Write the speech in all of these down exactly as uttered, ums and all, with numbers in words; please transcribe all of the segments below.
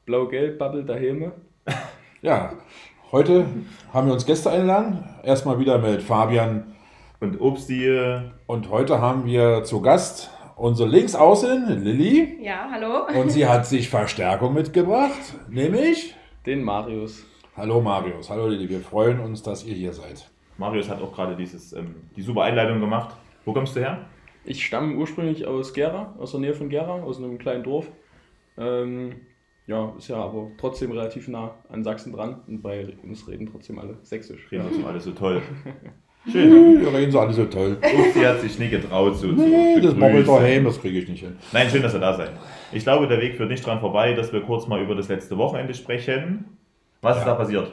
Blau-Gelb-Bubble daheim. Ja, heute haben wir uns Gäste eingeladen. Erstmal wieder mit Fabian. Und Obsti. Und heute haben wir zu Gast unsere Linksaußen, Lilly. Ja, hallo. Und sie hat sich Verstärkung mitgebracht, nämlich Den Marius. Hallo Marius, hallo Lilly, wir freuen uns, dass ihr hier seid. Marius hat auch gerade dieses, ähm, die super Einleitung gemacht. Wo kommst du her? Ich stamme ursprünglich aus Gera, aus der Nähe von Gera, aus einem kleinen Dorf. Ähm, ja, ist ja aber trotzdem relativ nah an Sachsen dran und bei uns reden trotzdem alle Sächsisch. Reden das alles so toll. Schön. Wir reden so alle so toll. Obsti hat sich nie getraut zu, Nee, zu das mobbelt daheim, das kriege ich nicht hin. Nein, schön, dass ihr da seid. Ich glaube, der Weg führt nicht dran vorbei, dass wir kurz mal über das letzte Wochenende sprechen. Was Ja. ist da passiert?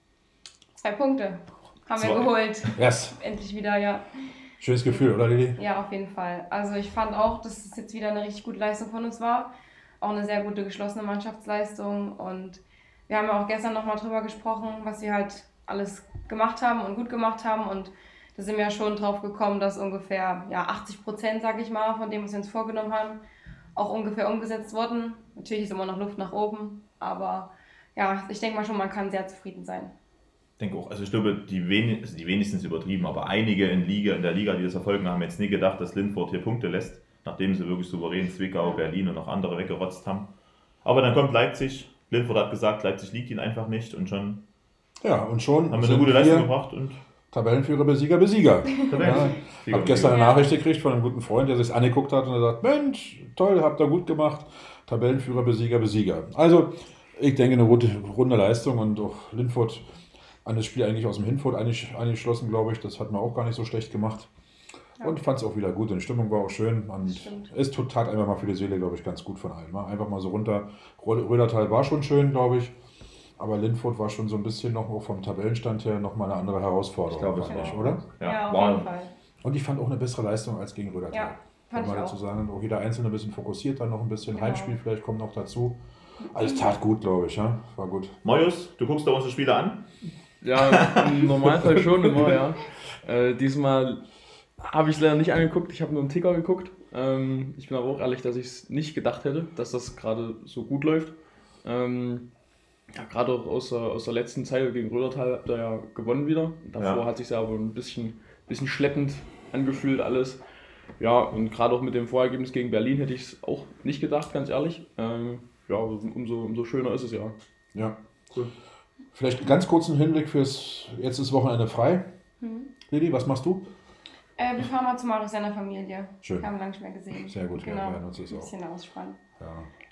Zwei Punkte haben wir Zwei. geholt. Yes. Endlich wieder, ja. Schönes Gefühl, oder Lilly? Ja, auf jeden Fall. Also ich fand auch, dass es jetzt wieder eine richtig gute Leistung von uns war. Auch eine sehr gute geschlossene Mannschaftsleistung. Und wir haben ja auch gestern nochmal drüber gesprochen, was wir halt alles gemacht haben und gut gemacht haben. Und da sind wir ja schon drauf gekommen, dass ungefähr ja, achtzig Prozent, sag ich mal, von dem, was wir uns vorgenommen haben, auch ungefähr umgesetzt wurden. Natürlich ist immer noch Luft nach oben, aber ja, ich denke mal schon, man kann sehr zufrieden sein. Ich denke auch, also ich glaube, die, wen, also die wenigsten sind übertrieben, aber einige in, Liga, in der Liga, die das verfolgen, haben jetzt nie gedacht, dass Lindfort hier Punkte lässt, nachdem sie wirklich souverän Zwickau, Berlin und auch andere weggerotzt haben. Aber dann kommt Leipzig, Lindfort hat gesagt, Leipzig liegt ihnen einfach nicht und schon Ja, und schon haben wir sind eine gute Leistung wir gebracht. Und Tabellenführer, Besieger, Besieger. Ja, ich habe gestern eine Nachricht gekriegt von einem guten Freund, der sich angeguckt hat und er sagt, Mensch, toll, habt ihr gut gemacht. Tabellenführer, Besieger, Besieger. Also, ich denke, eine runde, runde Leistung und auch Lindfort an das Spiel eigentlich aus dem Hinfurt eingeschlossen, glaube ich. Das hat man auch gar nicht so schlecht gemacht. Ja. Und fand es auch wieder gut. Und die Stimmung war auch schön. Und Stimmt. es tut tat einfach mal für die Seele, glaube ich, ganz gut von allen. Einfach mal so runter. Rödertal war schon schön, glaube ich. Aber Lindfurt war schon so ein bisschen noch auch vom Tabellenstand her noch mal eine andere Herausforderung, Ich glaube, es fand war- ich, oder? Ja, auf war- jeden Fall. Und ich fand auch eine bessere Leistung als gegen Rödertal. Ja, Kann fand man ich dazu auch. sagen. Auch jeder Einzelne ein bisschen fokussiert, dann noch ein bisschen Genau. Heimspiel vielleicht kommt noch dazu. Alles tat gut, glaube ich. Ja? War gut. Marius, du guckst da unsere Spiele an? Ja, im Normalfall schon immer, ja. Äh, diesmal habe ich es leider nicht angeguckt, ich habe nur einen Ticker geguckt. Ähm, ich bin aber auch ehrlich, dass ich es nicht gedacht hätte, dass das gerade so gut läuft. Ähm, ja, gerade auch aus der, aus der letzten Zeit gegen Rödertal habt ihr ja gewonnen wieder. Davor Ja. hat sich ja aber ein bisschen, bisschen schleppend angefühlt alles. Ja, und gerade auch mit dem Vorergebnis gegen Berlin hätte ich es auch nicht gedacht, ganz ehrlich. Ähm, ja, umso, umso schöner ist es ja. Ja. Cool. Vielleicht einen ganz kurzen Hinblick fürs. Jetzt ist Wochenende frei. Mhm. Lilly, was machst du? Äh, wir fahren mal zu Marius seiner Familie. Schön. Haben wir lange nicht mehr gesehen. Sehr gut, ja, Genau. wir nutzen es Ein auch. bisschen ausspannen. Ja.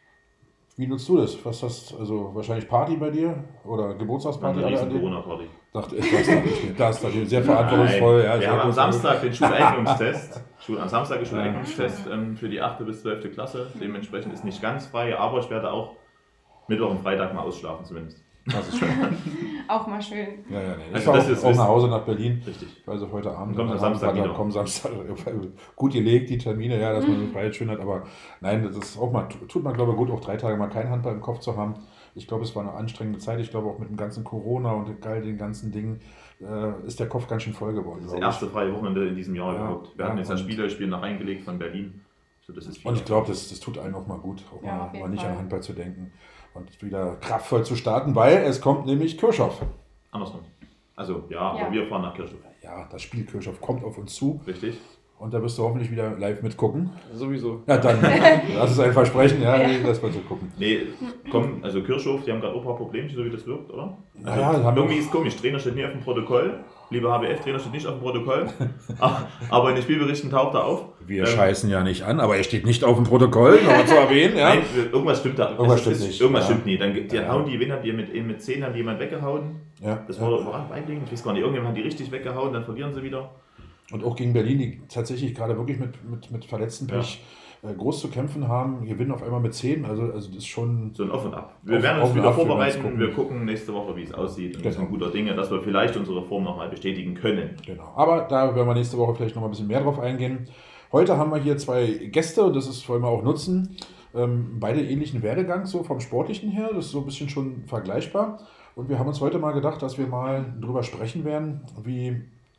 Wie nutzt du das? Was hast also wahrscheinlich Party bei dir oder Geburtstagsparty? Eine alle riesen an dem- Corona-Party. Dachte ich, das dachte ich mir. Das dachte ich sehr verantwortungsvoll. Ja, wir sehr haben am gut. Samstag den Schuleignungstest. Schul am Samstag ist Schuleignungstest ähm, für die achte bis zwölfte Klasse. Dementsprechend ist nicht ganz frei, aber ich werde auch Mittwoch und Freitag mal ausschlafen zumindest. Das ist schön. Auch mal schön. Ja, ja, nee. Ich Also fahre das auch, ist auch Wissen. nach Hause nach Berlin. Richtig. Also heute Abend. Und kommst am dann Samstag Freitag, wieder. Komm Samstag. Gut gelegt, die Termine, ja, dass man die Freiheit schön hat. Aber nein, das ist auch mal, tut man glaube ich gut, auch drei Tage mal kein Handball im Kopf zu haben. Ich glaube, es war eine anstrengende Zeit. Ich glaube auch mit dem ganzen Corona und all den ganzen Dingen äh, ist der Kopf ganz schön voll geworden. Das glaube erste freie Wochenende in diesem Jahr Ja, überhaupt. Wir ja, hatten jetzt ein und- Spielerspiel noch reingelegt von Berlin. So, das ist ich. Und ich glaube, das, das tut einem auch mal gut, auch Ja, mal, auf jeden mal nicht Fall. an Handball zu denken und wieder kraftvoll zu starten, weil es kommt nämlich Kirchhoff. andersrum. Also ja, Ja. aber wir fahren nach Kirchhoff. Ja, das Spiel Kirchhoff kommt auf uns zu Richtig? und da wirst du hoffentlich wieder live mitgucken. Sowieso. Ja, dann, das ist ein Versprechen, ja, das wir so gucken. Nee, komm, also Kirchhoff, die haben gerade auch ein paar Problemchen, so wie das wirkt, oder? Also, Naja, haben irgendwie wir- ist komisch, Trainer steht nie auf dem Protokoll. Lieber H B F-Trainer steht nicht auf dem Protokoll. Ach, aber in den Spielberichten taucht er auf. Wir Ähm, scheißen ja nicht an, aber er steht nicht auf dem Protokoll, noch mal zu erwähnen. Ja? Nein, irgendwas stimmt da. Irgendwas Es stimmt ist- nicht. Irgendwas Ja. stimmt nie. Dann, die Ja. hauen die, wen habt ihr mit, mit zehn haben die jemand weggehauen? Ja. Das war doch Weibling, ich weiß gar nicht. Irgendjemand hat die richtig weggehauen, dann verlieren sie wieder. Und auch gegen Berlin, die tatsächlich gerade wirklich mit, mit, mit verletzten Pech äh, groß zu kämpfen haben, gewinnen auf einmal mit zehn. Also, also das ist schon. So ein Auf und Ab. Wir Auf- werden auf uns und wieder Ab, wir werden vorbereiten. uns gucken. Wir gucken nächste Woche, wie es aussieht. Und wir Genau. sind guter Dinge, dass wir vielleicht unsere Form nochmal bestätigen können. Genau. Aber da werden wir nächste Woche vielleicht noch mal ein bisschen mehr drauf eingehen. Heute haben wir hier zwei Gäste und das ist, wollen wir auch nutzen. Ähm, beide ähnlichen Werdegang, so vom Sportlichen her. Das ist so ein bisschen schon vergleichbar. Und wir haben uns heute mal gedacht, dass wir mal drüber sprechen werden, wie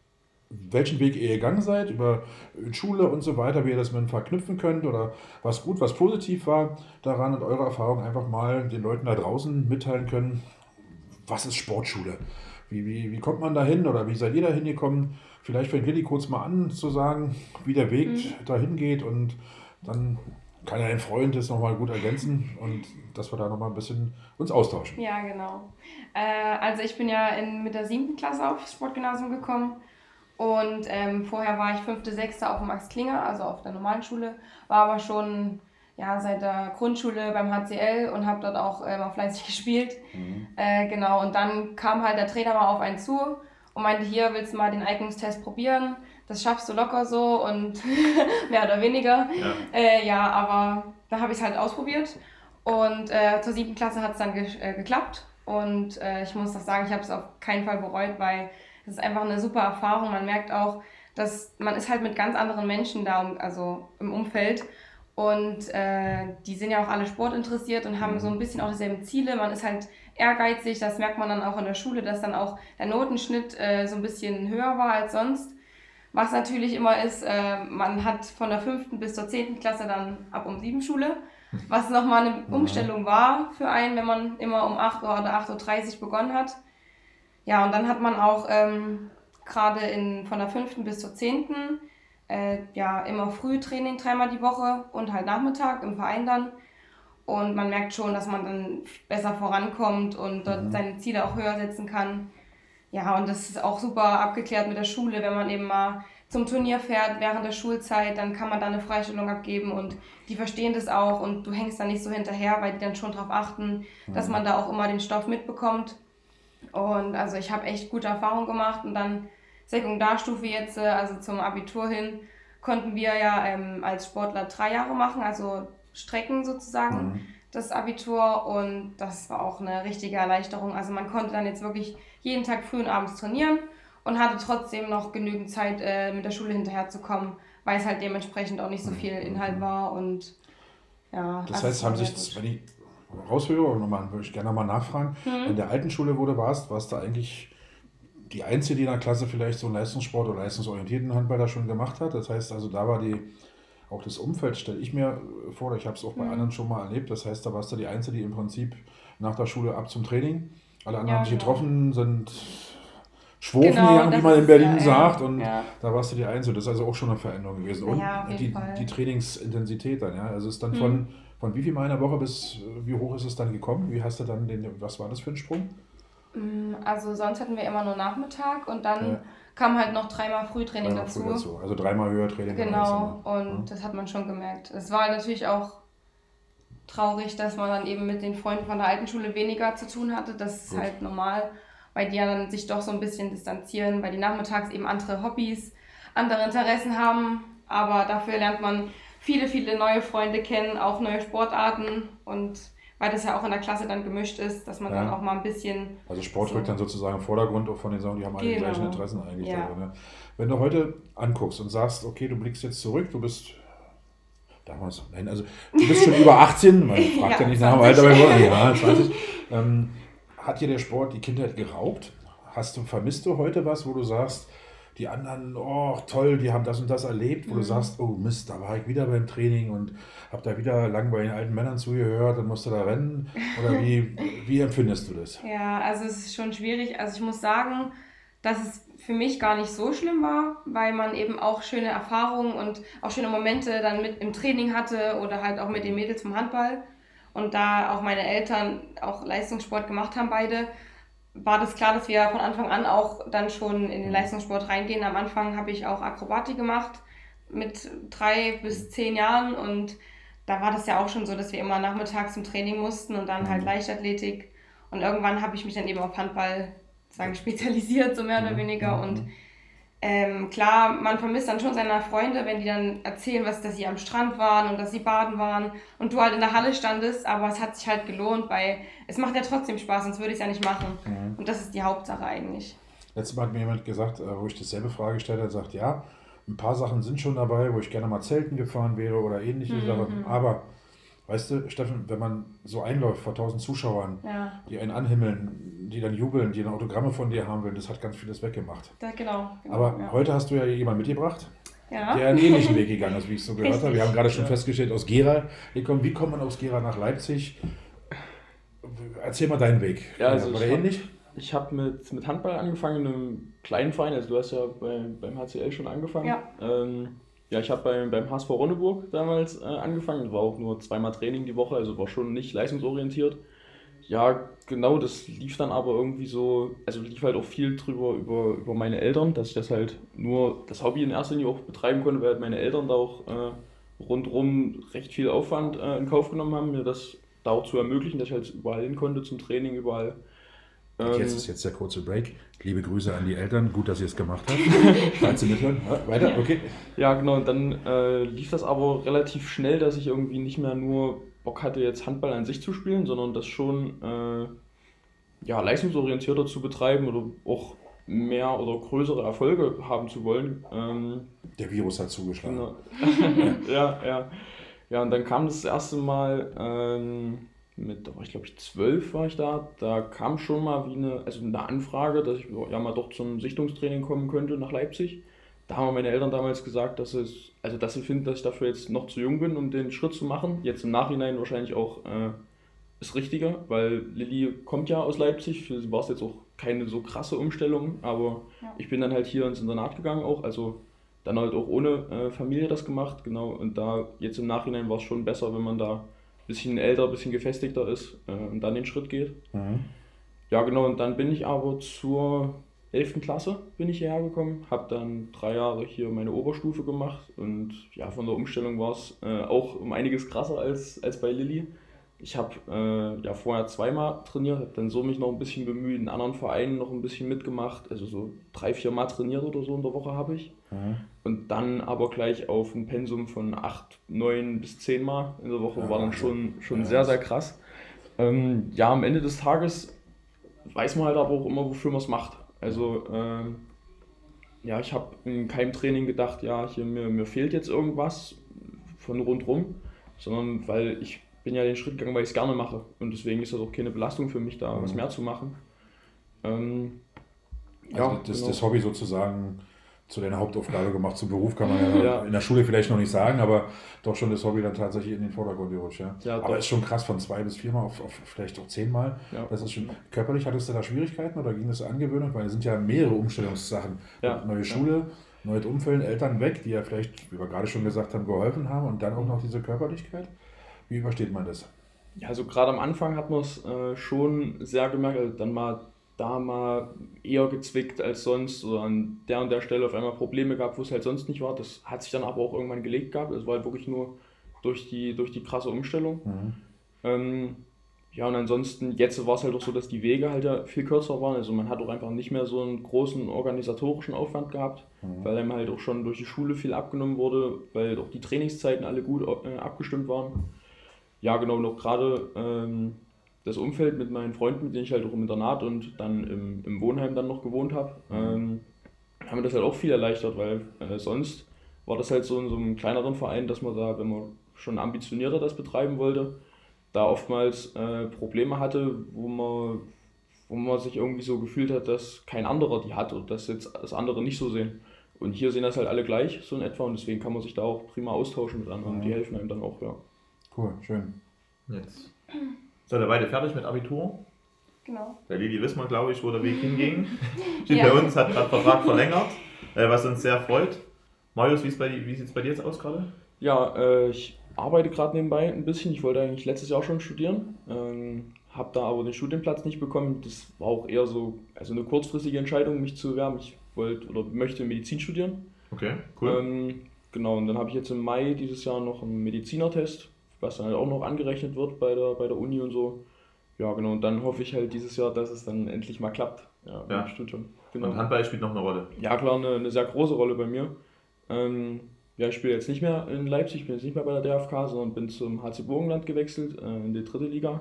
welchen Weg ihr gegangen seid, über Schule und so weiter, wie ihr das mit verknüpfen könnt oder was gut, was positiv war daran und eure Erfahrung einfach mal den Leuten da draußen mitteilen können. Was ist Sportschule? Wie, wie, wie kommt man da hin oder wie seid ihr da hingekommen? Vielleicht fängt Lilly kurz mal an zu sagen, wie der Weg mhm. dahin geht und dann kann ja ein Freund das nochmal gut ergänzen und dass wir da nochmal ein bisschen uns austauschen. Ja, genau. Äh, also ich bin ja in, mit der siebten Klasse aufs Sportgymnasium gekommen und ähm, vorher war ich fünfte, sechste auf dem Max Klinger, also auf der normalen Schule, war aber schon ja, seit der Grundschule beim H C L und habe dort auch äh, mal fleißig gespielt. Mhm. Äh, genau, und dann kam halt der Trainer mal auf einen zu und meinte, hier, willst du mal den Eignungstest probieren? Das schaffst du locker so und mehr oder weniger. Ja, äh, ja aber da habe ich es halt ausprobiert und äh, zur siebten Klasse hat es dann ge äh, geklappt und äh, ich muss doch sagen, ich habe es auf keinen Fall bereut, weil es ist einfach eine super Erfahrung. Man merkt auch, dass man ist halt mit ganz anderen Menschen da, also im Umfeld. Und äh, die sind ja auch alle sportinteressiert und haben so ein bisschen auch dieselben Ziele. Man ist halt ehrgeizig, das merkt man dann auch in der Schule, dass dann auch der Notenschnitt äh, so ein bisschen höher war als sonst. Was natürlich immer ist, äh, man hat von der fünften bis zur zehnten Klasse dann ab um sieben Schule, was nochmal eine Umstellung war für einen, wenn man immer um acht Uhr oder acht Uhr dreißig begonnen hat. Ja, und dann hat man auch ähm, gerade in von der fünften bis zur zehnten Äh, ja, immer Frühtraining dreimal die Woche und halt Nachmittag im Verein dann. Und man merkt schon, dass man dann besser vorankommt und dort mhm. seine Ziele auch höher setzen kann. Ja, und das ist auch super abgeklärt mit der Schule, wenn man eben mal zum Turnier fährt während der Schulzeit, dann kann man da eine Freistellung abgeben und die verstehen das auch und du hängst da nicht so hinterher, weil die dann schon darauf achten, mhm. dass man da auch immer den Stoff mitbekommt. Und also ich habe echt gute Erfahrungen gemacht und dann Sekundarstufe jetzt, also zum Abitur hin, konnten wir ja ähm, als Sportler drei Jahre machen, also Strecken sozusagen, mhm. das Abitur und das war auch eine richtige Erleichterung. Also man konnte dann jetzt wirklich jeden Tag früh und abends trainieren und hatte trotzdem noch genügend Zeit, äh, mit der Schule hinterherzukommen, weil es halt dementsprechend auch nicht so viel Inhalt war und ja. Das heißt, haben sich, das, wenn ich raushöre, nochmal, würde ich gerne nochmal nachfragen, mhm. in der alten Schule, wo du warst, warst du eigentlich die Einzige, die in der Klasse vielleicht so einen Leistungssport oder leistungsorientierten Handballer schon gemacht hat. Das heißt also, da war die, auch das Umfeld, stelle ich mir vor, ich habe es auch bei mhm. anderen schon mal erlebt, das heißt, da warst du die Einzige, die im Prinzip nach der Schule ab zum Training, alle anderen ja, haben sich genau. getroffen, sind schwurfen genau, gegangen, wie man in Berlin ja, sagt und ja. da warst du die Einzige. Das ist also auch schon eine Veränderung gewesen. Und ja, die, die Trainingsintensität dann, ja, also ist dann mhm. von, von wie viel Mal in der Woche bis wie hoch ist es dann gekommen? Wie hast du dann den, was war das für ein Sprung? Also sonst hatten wir immer nur Nachmittag und dann ja. kam halt noch dreimal Frühtraining dreimal dazu. Früh dazu. Also dreimal höher Training. Genau, und ja. das hat man schon gemerkt. Es war natürlich auch traurig, dass man dann eben mit den Freunden von der alten Schule weniger zu tun hatte. Das ist Gut. halt normal, weil die ja dann sich doch so ein bisschen distanzieren, weil die nachmittags eben andere Hobbys, andere Interessen haben. Aber dafür lernt man viele, viele neue Freunde kennen, auch neue Sportarten und weil das ja auch in der Klasse dann gemischt ist, dass man ja. dann auch mal ein bisschen... Also Sport so rückt dann sozusagen im Vordergrund auch von den Sachen, die haben alle genau. die gleichen Interessen eigentlich. Ja. Da, ne? Wenn du heute anguckst und sagst, okay, du blickst jetzt zurück, du bist... Damals, nein, also du bist schon über achtzehn, man fragt ja, ja nicht nach dem Alter, aber ja, zwanzig. Ähm, hat dir der Sport die Kindheit geraubt? Hast du, vermisst du heute was, wo du sagst, die anderen, oh toll, die haben das und das erlebt, wo mhm. du sagst, oh Mist, da war ich wieder beim Training und habe da wieder lang bei den alten Männern zugehört und musste da rennen? Oder wie, wie empfindest du das? Ja, also es ist schon schwierig. Also ich muss sagen, dass es für mich gar nicht so schlimm war, weil man eben auch schöne Erfahrungen und auch schöne Momente dann mit im Training hatte oder halt auch mit den Mädels vom Handball. Und da auch meine Eltern auch Leistungssport gemacht haben beide, war das klar, dass wir von Anfang an auch dann schon in den Leistungssport reingehen. Am Anfang habe ich auch Akrobatik gemacht mit drei bis zehn Jahren und da war das ja auch schon so, dass wir immer nachmittags zum Training mussten und dann halt Leichtathletik und irgendwann habe ich mich dann eben auf Handball sagen, spezialisiert, so mehr oder weniger und ähm, klar, man vermisst dann schon seine Freunde, wenn die dann erzählen, was, dass sie am Strand waren und dass sie baden waren und du halt in der Halle standest, aber es hat sich halt gelohnt, weil es macht ja trotzdem Spaß, sonst würde ich es ja nicht machen. Mhm. Und das ist die Hauptsache eigentlich. Letztes Mal hat mir jemand gesagt, wo ich dasselbe Frage gestellt habe, sagt, ja, ein paar Sachen sind schon dabei, wo ich gerne mal zelten gefahren wäre oder ähnliche mhm. Sachen, aber Weißt du, Steffen, wenn man so einläuft vor tausend Zuschauern, Ja, die einen anhimmeln, die dann jubeln, die dann Autogramme von dir haben wollen, das hat ganz vieles weggemacht. das, genau. genau Aber ja. heute hast du ja jemanden mitgebracht, ja. der einen ähnlichen Weg gegangen ist, wie ich so gehört Richtig. habe. Wir haben gerade schon Ja. festgestellt, aus Gera gekommen. Wie kommt man aus Gera nach Leipzig? Erzähl mal deinen Weg. Ja, also War ich der hab- ähnlich? Ich habe mit, mit Handball angefangen in einem kleinen Verein, also du hast ja bei, beim H C L schon angefangen. Ja. Ähm, ja, ich habe beim, beim H S V Ronneburg damals äh, angefangen, war auch nur zweimal Training die Woche, also war schon nicht leistungsorientiert. Ja, genau, das lief dann aber irgendwie so, also lief halt auch viel drüber über, über meine Eltern, dass ich das halt nur das Hobby in erster Linie auch betreiben konnte, weil halt meine Eltern da auch äh, rundherum recht viel Aufwand äh, in Kauf genommen haben, mir das da auch zu ermöglichen, dass ich halt überall hin konnte zum Training, überall. Und Ähm, jetzt ist jetzt der kurze Break. Liebe Grüße an die Eltern. Gut, dass ihr es gemacht habt. Falls sie mithören. Ja, weiter, okay. Ja, genau, und dann äh, lief das aber relativ schnell, dass ich irgendwie nicht mehr nur Bock hatte, jetzt Handball an sich zu spielen, sondern das schon äh, ja, leistungsorientierter zu betreiben oder auch mehr oder größere Erfolge haben zu wollen. Ähm, Der Virus hat zugeschlagen. genau. ja, ja. Ja, und dann kam das erste Mal ähm, mit, da war ich glaube ich zwölf war ich da, da kam schon mal wie eine, also eine Anfrage, dass ich ja mal doch zum Sichtungstraining kommen könnte nach Leipzig. Da haben meine Eltern damals gesagt, dass es, also dass sie finden, dass ich dafür jetzt noch zu jung bin, um den Schritt zu machen. Jetzt im Nachhinein wahrscheinlich auch äh, ist richtiger, weil Lilly kommt ja aus Leipzig, für sie war es jetzt auch keine so krasse Umstellung, aber Ja. ich bin dann halt hier ins Internat gegangen auch, also dann halt auch ohne äh, Familie das gemacht, genau, und da jetzt im Nachhinein war es schon besser, wenn man da ein bisschen älter, ein bisschen gefestigter ist äh, und dann den Schritt geht. Mhm. Ja, genau, und dann bin ich aber zur elften Klasse bin ich hierher gekommen, habe dann drei Jahre hier meine Oberstufe gemacht und ja, von der Umstellung war es äh, auch um einiges krasser als, als bei Lilly. Ich habe äh, ja vorher zweimal trainiert, habe dann so mich noch ein bisschen bemüht, in anderen Vereinen noch ein bisschen mitgemacht, also so drei, vier Mal trainiert oder so in der Woche habe ich. Mhm. Und dann aber gleich auf ein Pensum von acht, neun bis zehn Mal in der Woche Ja, war dann Wahnsinn. schon, schon Ja, sehr, das- sehr krass. Ähm, ja, am Ende des Tages weiß man halt aber auch immer, wofür man es macht. Also, ähm, ja, ich habe in keinem Training gedacht, ja, hier mir, mir fehlt jetzt irgendwas von rundrum, sondern weil ich bin ja den Schritt gegangen, weil ich es gerne mache. Und deswegen ist das auch keine Belastung für mich, da Mhm. was mehr zu machen. Ähm, Also ja, das, genau. das Hobby sozusagen zu deiner Hauptaufgabe gemacht, zum Beruf kann man ja, Ja. in der Schule vielleicht noch nicht sagen, aber doch schon das Hobby dann tatsächlich in den Vordergrund gerutscht. Ja? Ja, aber doch. ist schon krass, von zwei bis viermal auf, auf vielleicht auch zehnmal. Ja. Das ist schon körperlich. Hattest du da Schwierigkeiten oder ging das Angewöhnung? Weil es sind ja mehrere Umstellungssachen. Ja. Neue Schule, neues Umfeld, Eltern weg, die ja vielleicht, wie wir gerade schon gesagt haben, geholfen haben und dann auch noch diese Körperlichkeit. Wie übersteht man das? Ja, also gerade am Anfang hat man es äh, schon sehr gemerkt, also dann mal da mal eher gezwickt als sonst oder an der und der Stelle auf einmal Probleme gab, wo es halt sonst nicht war. Das hat sich dann aber auch irgendwann gelegt gehabt. Es war halt wirklich nur durch die, durch die krasse Umstellung. Mhm. Ähm, ja, und ansonsten, jetzt war es halt auch so, dass die Wege halt ja viel kürzer waren. Also man hat auch einfach nicht mehr so einen großen organisatorischen Aufwand gehabt, Mhm. weil einem halt auch schon durch die Schule viel abgenommen wurde, weil auch die Trainingszeiten alle gut äh, abgestimmt waren. Ja, genau, noch gerade ähm, das Umfeld mit meinen Freunden, mit denen ich halt auch im Internat und dann im, im Wohnheim dann noch gewohnt habe, ähm, haben mir das halt auch viel erleichtert, weil äh, sonst war das halt so in so einem kleineren Verein, dass man da, wenn man schon ambitionierter das betreiben wollte, da oftmals äh, Probleme hatte, wo man, wo man sich irgendwie so gefühlt hat, dass kein anderer die hat und dass jetzt das andere nicht so sehen. Und hier sehen das halt alle gleich, so in etwa, und deswegen kann man sich da auch prima austauschen mit anderen, Mhm. die helfen einem dann auch, ja. Cool, schön. Jetzt. Seid ihr beide fertig mit Abitur? Genau. Der Lili wissen wir, glaube ich, wo der Weg hinging. Steht Ja. bei uns, hat gerade Vertrag verlängert, äh, was uns sehr freut. Marius, wie sieht es bei dir jetzt aus gerade? Ja, äh, ich arbeite gerade nebenbei ein bisschen. Ich wollte eigentlich letztes Jahr schon studieren, ähm, habe da aber den Studienplatz nicht bekommen. Das war auch eher so, also eine kurzfristige Entscheidung, mich zu bewerben. Ich wollte oder möchte Medizin studieren. Okay, cool. Ähm, genau, und dann habe ich jetzt im Mai dieses Jahr noch einen Medizinertest, was dann halt auch noch angerechnet wird bei der, bei der Uni und so. Ja, genau, und dann hoffe ich halt dieses Jahr, dass es dann endlich mal klappt, ja, mit Ja. dem Studium. Genau. Und Handball spielt noch eine Rolle. Ja, klar, eine, eine sehr große Rolle bei mir. Ähm, ja, ich spiele jetzt nicht mehr in Leipzig, ich bin jetzt nicht mehr bei der D F K, sondern bin zum H C Burgenland gewechselt, äh, in die dritte Liga.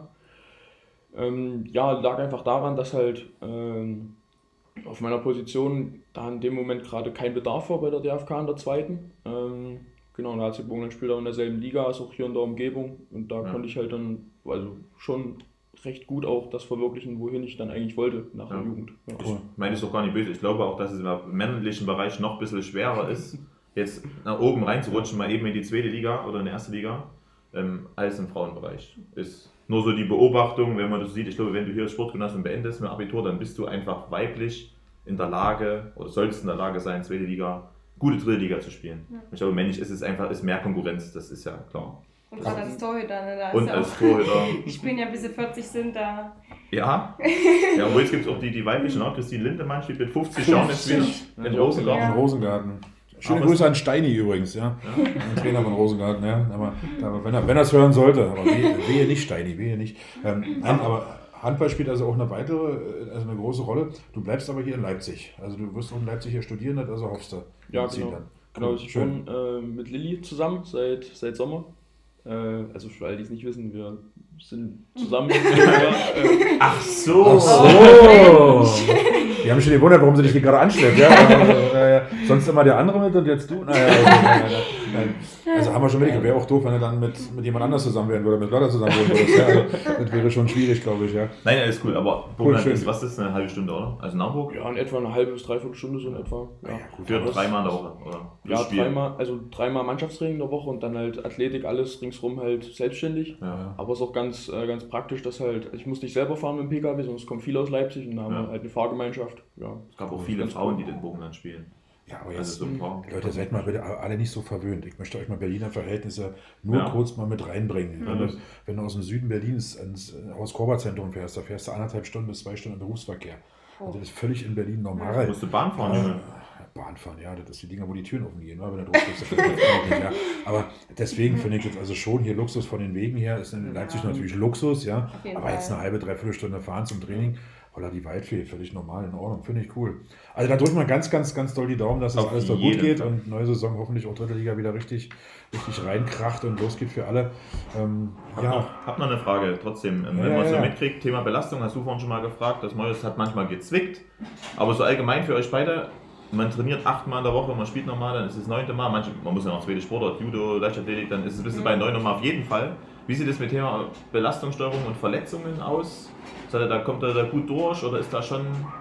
Ähm, ja, lag einfach daran, dass halt ähm, auf meiner Position da in dem Moment gerade kein Bedarf war bei der D F K in der zweiten. Ähm, Genau, und der H C Burgenland spielt auch in derselben Liga, ist auch hier in der Umgebung. Und da Ja. konnte ich halt dann, also schon recht gut auch das verwirklichen, wohin ich dann eigentlich wollte nach Ja. der Jugend. Ja. Ich meine, das ist doch gar nicht böse. Ich glaube auch, dass es im männlichen Bereich noch ein bisschen schwerer ist, jetzt nach oben reinzurutschen, mal eben in die zweite Liga oder in die erste Liga, ähm, als im Frauenbereich. Ist nur so die Beobachtung, wenn man das sieht, ich glaube, wenn du hier das Sportgymnasium beendest mit Abitur, dann bist du einfach weiblich in der Lage oder sollst in der Lage sein, zweite Liga, gute dritte Liga zu spielen. Ja. Ich glaube, männlich ist es einfach ist mehr Konkurrenz, das ist ja klar. Und gerade als Torhüter, ne? Da ist Und ja als auch, Torhüter. die spielen ja bis sie vierzig sind, da. Ja, ja, obwohl es gibt auch die, die weiblichen, auch Christine Lindemann spielt mit fünfzig Jahren jetzt wieder in Ja. Rosengarten. In Rosengarten. Schöne Aber Grüße an Steini übrigens, ja. Ein Trainer von Rosengarten, ja. Aber, aber wenn er wenn er es hören sollte, aber wehe, wehe nicht, Steini, wehe nicht. Ähm, nein, aber Handball spielt also auch eine weitere, also eine große Rolle. Du bleibst aber hier in Leipzig. Also du wirst auch in Leipzig hier studieren, also hoffst du. Ja, umziehen genau. dann. Genau, Cool, ich schön. wohne äh, mit Lilly zusammen seit, seit Sommer. Äh, also für alle, die es nicht wissen, wir sind zusammen. äh, Ach so! Ach so! Die haben schon gewundert, warum sie dich hier gerade anschleppt. Ja? äh, sonst immer der andere mit und jetzt du? Naja, also, nein, nein, nein. Also haben wir schon mitgekriegt. Wäre auch doof, wenn du dann mit, mit jemand anders zusammen wären würde, mit Lotta zusammen wohnen würdest. Ja? Also, das wäre schon schwierig, glaube ich. Ja. Nein, alles cool, aber Burgenland schön. ist, was ist eine halbe Stunde, oder? Also nach Hamburg? ja, in etwa eine halbe bis dreiviertel Stunde so in etwa. Ja, gut, Für das- dreimal in der Woche, oder? Ja, Spiel. dreimal, also dreimal Mannschaftstraining in der Woche und dann halt Athletik, alles ringsrum halt selbstständig. Ja. Aber es ist auch ganz, äh, ganz praktisch, dass halt, ich muss nicht selber fahren mit dem P K W, sondern es kommen viele aus Leipzig und da haben Ja. wir halt eine Fahrgemeinschaft. Ja. Es gab auch viele Ganz Frauen, cool. die den Burgenland spielen. Ja, aber Also jetzt, so ein paar. Leute, seid mal bitte alle nicht so verwöhnt. Ich möchte euch mal Berliner Verhältnisse nur Ja. kurz mal mit reinbringen. Ja, wenn, du, das- wenn du aus dem Süden Berlins ins Haus-Korber-Zentrum fährst, da fährst du anderthalb Stunden bis zwei Stunden im Berufsverkehr. Oh. Also das ist völlig in Berlin Du normal. musst du Bahn fahren, Ja, Junge. Bahn fahren, ja, das ist die Dinger, wo die Türen offen gehen, wa? Wenn du drauf bist, das findet man nicht, ja. Aber deswegen finde ich das also schon hier Luxus von den Wegen her, ist in Leipzig Ja. natürlich Luxus, ja, Auf jeden aber jetzt Fall. eine halbe, dreiviertel Stunde fahren zum Training, oder die Waldfee, völlig normal, in Ordnung, finde ich cool. Also da drücken wir ganz, ganz, ganz doll die Daumen, dass das Auf alles da gut jeden geht Fall. und neue Saison hoffentlich auch dritte Liga wieder richtig, richtig reinkracht und losgeht für alle. Ähm, Hab, ja, noch, hab noch eine Frage trotzdem. Ähm, Ja, Wenn ja, man so ja. mitkriegt, Thema Belastung, hast du vorhin schon mal gefragt, das Neues hat manchmal gezwickt. Aber so allgemein für euch beide, man trainiert achtmal in der Woche, man spielt normal, dann ist es neunte Mal. Manche, man muss ja noch zweite Sportart, Judo, Leichtathletik, dann ist es ein bisschen bei neun Mal auf jeden Fall. Wie sieht es mit Thema Belastungssteuerung und Verletzungen aus? Sagt ihr, da kommt er da gut durch oder ist da schon.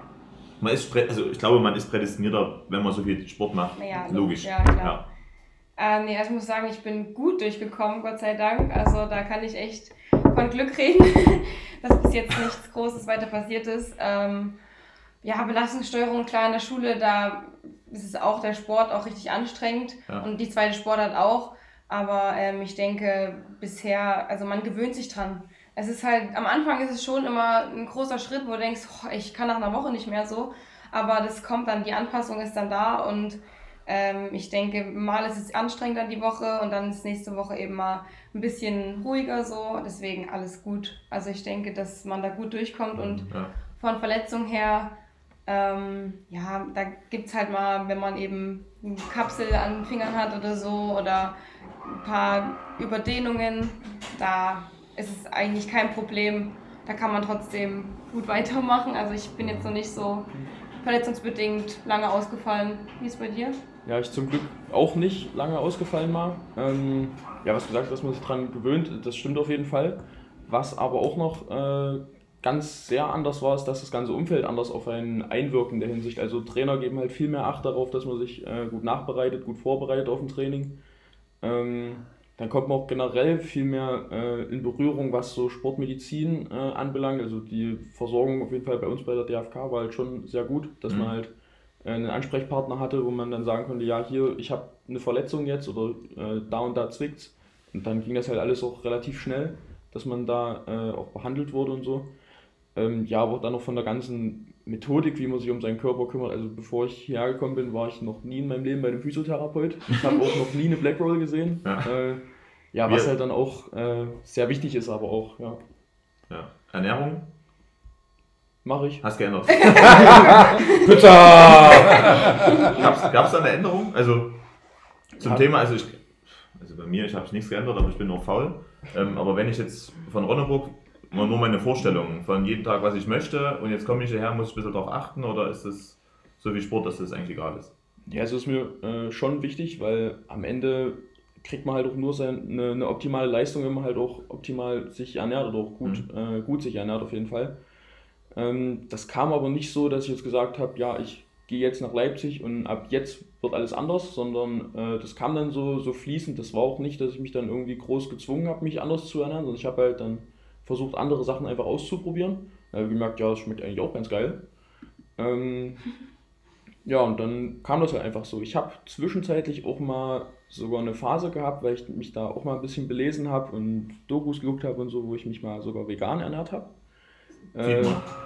Man ist, prä- also ich glaube, man ist prädestinierter, wenn man so viel Sport macht. Naja, Logisch. Ja, klar. Ähm, nee, also ich muss sagen, ich bin gut durchgekommen, Gott sei Dank. Also da kann ich echt von Glück reden, dass bis jetzt nichts Großes weiter passiert ist. Ähm, ja, Belastungssteuerung, klar, in der Schule, da ist es auch der Sport auch richtig anstrengend Ja. und die zweite Sportart auch. Aber ähm, ich denke, bisher, also man gewöhnt sich dran. Es ist halt, am Anfang ist es schon immer ein großer Schritt, wo du denkst, oh, ich kann nach einer Woche nicht mehr so. Aber das kommt dann, die Anpassung ist dann da und ähm, ich denke, mal ist es anstrengend dann die Woche und dann ist nächste Woche eben mal ein bisschen ruhiger so. Deswegen alles gut. Also ich denke, dass man da gut durchkommt und Ja. von Verletzung her, ähm, ja, da gibt es halt mal, wenn man eben eine Kapsel an den Fingern hat oder so oder ein paar Überdehnungen, da ist es eigentlich kein Problem. Da kann man trotzdem gut weitermachen. Also ich bin jetzt noch nicht so verletzungsbedingt lange ausgefallen. Wie ist es bei dir? Ja, ich zum Glück auch nicht lange ausgefallen mal. Ähm, ja, was gesagt, dass man sich dran gewöhnt, das stimmt auf jeden Fall. Was aber auch noch äh, ganz sehr anders war, ist, dass das ganze Umfeld anders auf einen einwirkt in der Hinsicht. Also Trainer geben halt viel mehr Acht darauf, dass man sich äh, gut nachbereitet, gut vorbereitet auf ein Training. Ähm, dann kommt man auch generell viel mehr äh, in Berührung, was so Sportmedizin äh, anbelangt. Also die Versorgung auf jeden Fall bei uns bei der D F K war halt schon sehr gut, dass Mhm. man halt äh, einen Ansprechpartner hatte, wo man dann sagen konnte, ja hier, ich habe eine Verletzung jetzt oder äh, da und da zwickt's. Und dann ging das halt alles auch relativ schnell, dass man da äh, auch behandelt wurde und so. Ähm, ja, aber auch dann noch von der ganzen Methodik, wie man sich um seinen Körper kümmert. Also bevor ich hierher gekommen bin, war ich noch nie in meinem Leben bei einem Physiotherapeut. Ich habe auch noch nie eine Black Roll gesehen. Ja. Äh, ja, was Wir- halt dann auch äh, sehr wichtig ist, aber auch, ja, Ja. Ernährung? mache ich. Hast geändert. Bitte! Gab's, gab's da eine Änderung? Also zum Ja. Thema, also ich, also bei mir, ich habe nichts geändert, aber ich bin noch faul. Ähm, aber wenn ich jetzt von Ronneburg mal nur meine Vorstellung von jeden Tag, was ich möchte, und jetzt komme ich hierher, muss ich ein bisschen darauf achten, oder ist es so wie Sport, dass das eigentlich egal ist? Ja, es ist mir äh, schon wichtig, weil am Ende kriegt man halt auch nur seine, eine, eine optimale Leistung, wenn man halt auch optimal sich ernährt oder auch gut, mhm. äh, gut sich ernährt auf jeden Fall. Ähm, das kam aber nicht so, dass ich jetzt gesagt habe, ja, ich gehe jetzt nach Leipzig und ab jetzt wird alles anders, sondern äh, das kam dann so, so fließend. Das war auch nicht, dass ich mich dann irgendwie groß gezwungen habe, mich anders zu ernähren, sondern ich habe halt dann versucht, andere Sachen einfach auszuprobieren. Da habe ich gemerkt, ja, das schmeckt eigentlich auch ganz geil. Ähm, ja, und dann kam das halt einfach so. Ich habe zwischenzeitlich auch mal sogar eine Phase gehabt, weil ich mich da auch mal ein bisschen belesen habe und Dokus geguckt habe und so, wo ich mich mal sogar vegan ernährt habe. Äh,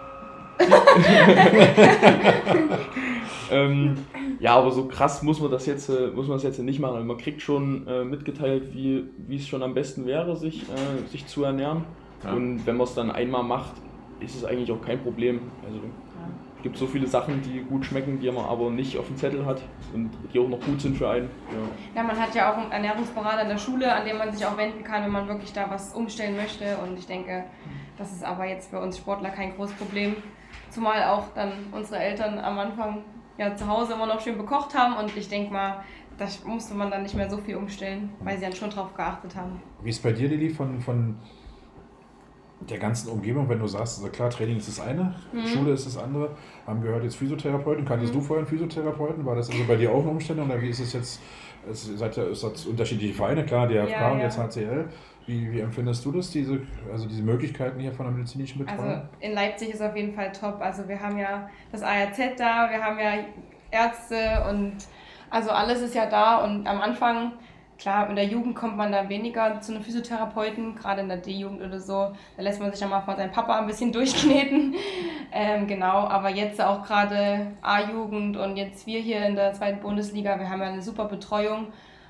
ähm, ja, aber so krass muss man das jetzt, muss man das jetzt nicht machen. Man kriegt schon äh, mitgeteilt, wie, wie es schon am besten wäre, sich, äh, sich zu ernähren. Ja. Und wenn man es dann einmal macht, ist es eigentlich auch kein Problem. Also es gibt so viele Sachen, die gut schmecken, die man aber nicht auf dem Zettel hat und die auch noch gut sind für einen. Ja, ja, man hat ja auch einen Ernährungsberater in der Schule, an den man sich auch wenden kann, wenn man wirklich da was umstellen möchte. Und ich denke, das ist aber jetzt für uns Sportler kein großes Problem. Zumal auch dann unsere Eltern am Anfang ja zu Hause immer noch schön bekocht haben und ich denke mal, da musste man dann nicht mehr so viel umstellen, weil sie dann schon drauf geachtet haben. Wie ist bei dir, Lili, von, von der ganzen Umgebung, wenn du sagst, also klar, Training ist das eine, mhm. Schule ist das andere, haben gehört jetzt Physiotherapeuten, kanntest mhm. du vorher einen Physiotherapeuten? War das also bei dir auch eine Umstellung oder wie ist es jetzt, es seid ja es hat unterschiedliche Vereine, klar, D F K ja, und ja. jetzt H C L. Wie, wie empfindest du das, diese, also diese Möglichkeiten hier von der medizinischen Betreuung? Also in Leipzig ist auf jeden Fall top. Also wir haben ja das A R Z da, wir haben ja Ärzte und also alles ist ja da und am Anfang, klar, in der Jugend kommt man da weniger zu einem Physiotherapeuten, gerade in der D-Jugend oder so, da lässt man sich ja mal von seinem Papa ein bisschen durchkneten. ähm, genau, aber jetzt auch gerade A-Jugend und jetzt wir hier in der zweiten Bundesliga, wir haben ja eine super Betreuung.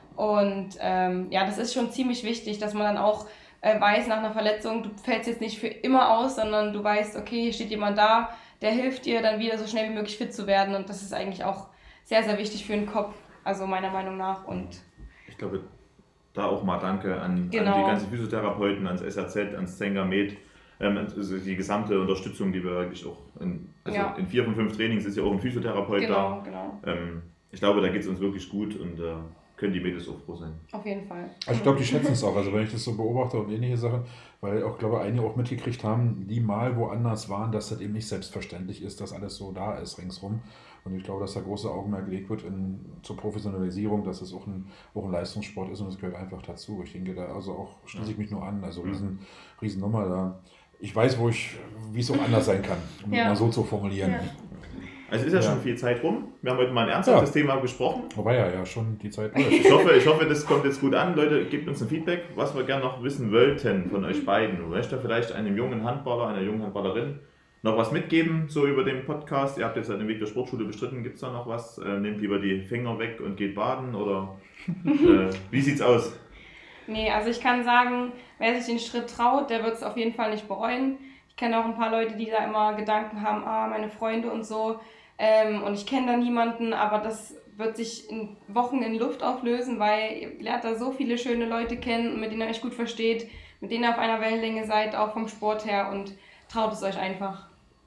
Und ähm, ja, das ist schon ziemlich wichtig, dass man dann auch äh, weiß, nach einer Verletzung, du fällst jetzt nicht für immer aus, sondern du weißt, okay, hier steht jemand da, der hilft dir, dann wieder so schnell wie möglich fit zu werden. Und das ist eigentlich auch sehr, sehr wichtig für den Kopf, also meiner Meinung nach. Und ich glaube, da auch mal Danke an, genau. an die ganzen Physiotherapeuten, ans S R Z, ans Zenga Med, ähm, also die gesamte Unterstützung, die wir wirklich auch in, also ja. in vier von fünf Trainings ist ja auch ein Physiotherapeut genau, da. Genau. Ähm, ich glaube, da geht es uns wirklich gut und äh, können die Mädels auch froh sein. Auf jeden Fall. Also ich glaube, die schätzen es auch. Also wenn ich das so beobachte und ähnliche Sachen, weil auch, glaube ich, einige auch mitgekriegt haben, die mal woanders waren, dass das eben nicht selbstverständlich ist, dass alles so da ist ringsrum. Und ich glaube, dass da große Augenmerk gelegt wird in, zur Professionalisierung, dass es auch ein, auch ein Leistungssport ist und das gehört einfach dazu. Ich denke, da also auch schließe ich mich nur an. Also riesen, riesen Nummer da. Ich weiß, wo ich, wie es auch anders sein kann, um ja. mal so zu formulieren. Ja. Also ist ja, ja schon viel Zeit rum. Wir haben heute mal ein ernsthaftes ja. Thema besprochen. Wobei ja, ja schon die Zeit läuft. Ich hoffe, ich hoffe, das kommt jetzt gut an. Leute, gebt uns ein Feedback, was wir gerne noch wissen wollten von euch beiden. Möchtet ihr vielleicht einem jungen Handballer, einer jungen Handballerin noch was mitgeben, so über den Podcast? Ihr habt jetzt den Weg der Sportschule bestritten. Gibt es da noch was? Äh, nehmt lieber die Finger weg und geht baden? Oder äh, wie sieht's aus? Nee, also ich kann sagen, wer sich den Schritt traut, der wird es auf jeden Fall nicht bereuen. Ich kenne auch ein paar Leute, die da immer Gedanken haben, ah, meine Freunde und so. Ähm, und ich kenne da niemanden, aber das wird sich in Wochen in Luft auflösen, weil ihr lernt da so viele schöne Leute kennen, mit denen ihr euch gut versteht, mit denen ihr auf einer Wellenlänge seid, auch vom Sport her und traut es euch einfach.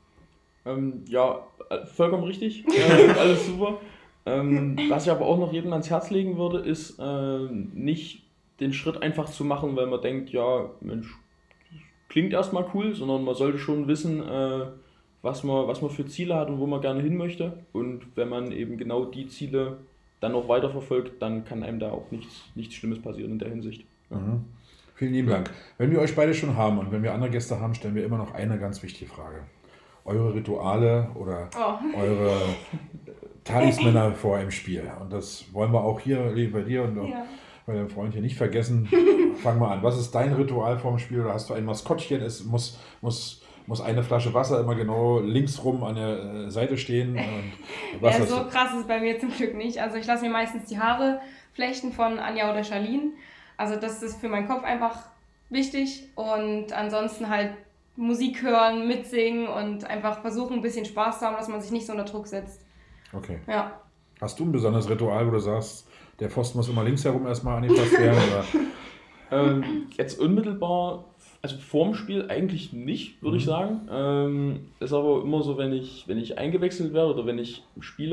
Ähm, ja, vollkommen richtig, ja, alles super. Ähm, was ich aber auch noch jedem ans Herz legen würde, ist äh, nicht den Schritt einfach zu machen, weil man denkt, ja, Mensch, klingt erstmal cool, sondern man sollte schon wissen, äh, was man, was man für Ziele hat und wo man gerne hin möchte. Und wenn man eben genau die Ziele dann auch weiterverfolgt, dann kann einem da auch nichts, nichts Schlimmes passieren in der Hinsicht. Ja. Mhm. Vielen lieben Dank. Wenn wir euch beide schon haben und wenn wir andere Gäste haben, stellen wir immer noch eine ganz wichtige Frage. Eure Rituale oder oh. eure Talismänner vor einem Spiel. Und das wollen wir auch hier bei dir und auch ja. bei deinem Freund hier nicht vergessen. Fang mal an. Was ist dein Ritual vor dem Spiel? Oder hast du ein Maskottchen? Es muss... muss muss eine Flasche Wasser immer genau links rum an der Seite stehen. Und was ja, so krass ist es bei mir zum Glück nicht. Also ich lasse mir meistens die Haare flechten von Anja oder Charlene. Also das ist für meinen Kopf einfach wichtig. Und ansonsten halt Musik hören, mitsingen und einfach versuchen, ein bisschen Spaß zu haben, dass man sich nicht so unter Druck setzt. Okay. Ja. Hast du ein besonderes Ritual, wo du sagst, der Pfosten muss immer links herum erstmal angefasst werden? Oder? ähm, jetzt unmittelbar... Also vorm Spiel eigentlich nicht, würde mhm. ich sagen. Ähm, ist aber immer so, wenn ich, wenn ich eingewechselt werde oder wenn ich spiele,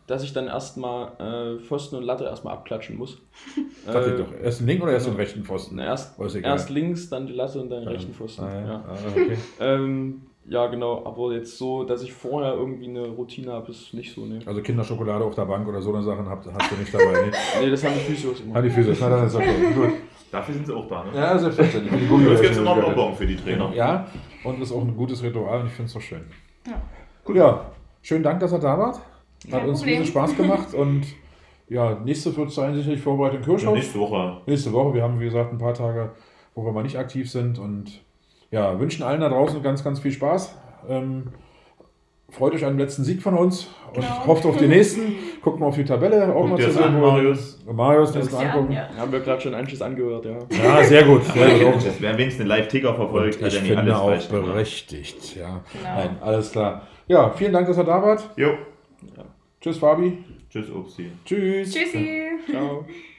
dass ich dann erstmal äh, Pfosten und Latte erstmal abklatschen muss. Dachte äh, ich doch. Erst den linken oder erst den rechten Pfosten? Na, erst, Oh, ist egal. erst links, dann die Latte und dann den rechten Pfosten. Ah, ja. Ja. Ah, okay. Ähm, ja, genau, aber jetzt so, dass ich vorher irgendwie eine Routine habe, ist nicht so, ne. Also Kinderschokolade auf der Bank oder so eine Sachen habt, hast du nicht dabei, ne? Nee, das haben die Physios immer. Ah, die Füße, na dann ist okay, gut. Dafür sind sie auch da, ne? Ja, selbstverständlich. Für die Jetzt Gummibärchen gibt es immer ist geil. Bonbon für die Trainer. Ja, und ist auch ein gutes Ritual und ich finde es so schön. Ja. Gut, ja, schönen Dank, dass ihr da wart. Hat Kein uns Problem. riesen Spaß gemacht und ja, nächste wird sein sicherlich Vorbereitung Ja, Kirchhoff. nächste Woche. Nächste Woche. Wir haben, wie gesagt, ein paar Tage, wo wir mal nicht aktiv sind und ja, wünschen allen da draußen ganz, ganz viel Spaß. Ähm, freut euch an den letzten Sieg von uns und Genau. hofft auf die nächsten. Guckt mal auf die Tabelle, auch Guckt mal dir zu das an, sehen, wo Marius. Marius Guck's nächsten dir an, angucken. ja. Haben wir gerade schon Anschiss angehört, ja. Ja, sehr gut. Sehr gut. Das wäre wenigstens ein Live-Ticker verfolgt, Und ich hat er nicht finde alles auch falsch gemacht. berechtigt. Ja. Genau. Nein, alles klar. Ja, vielen Dank, dass ihr da wart. Jo. Tschüss, Fabi. Tschüss, Upsi. Tschüss. Tschüssi. Ciao.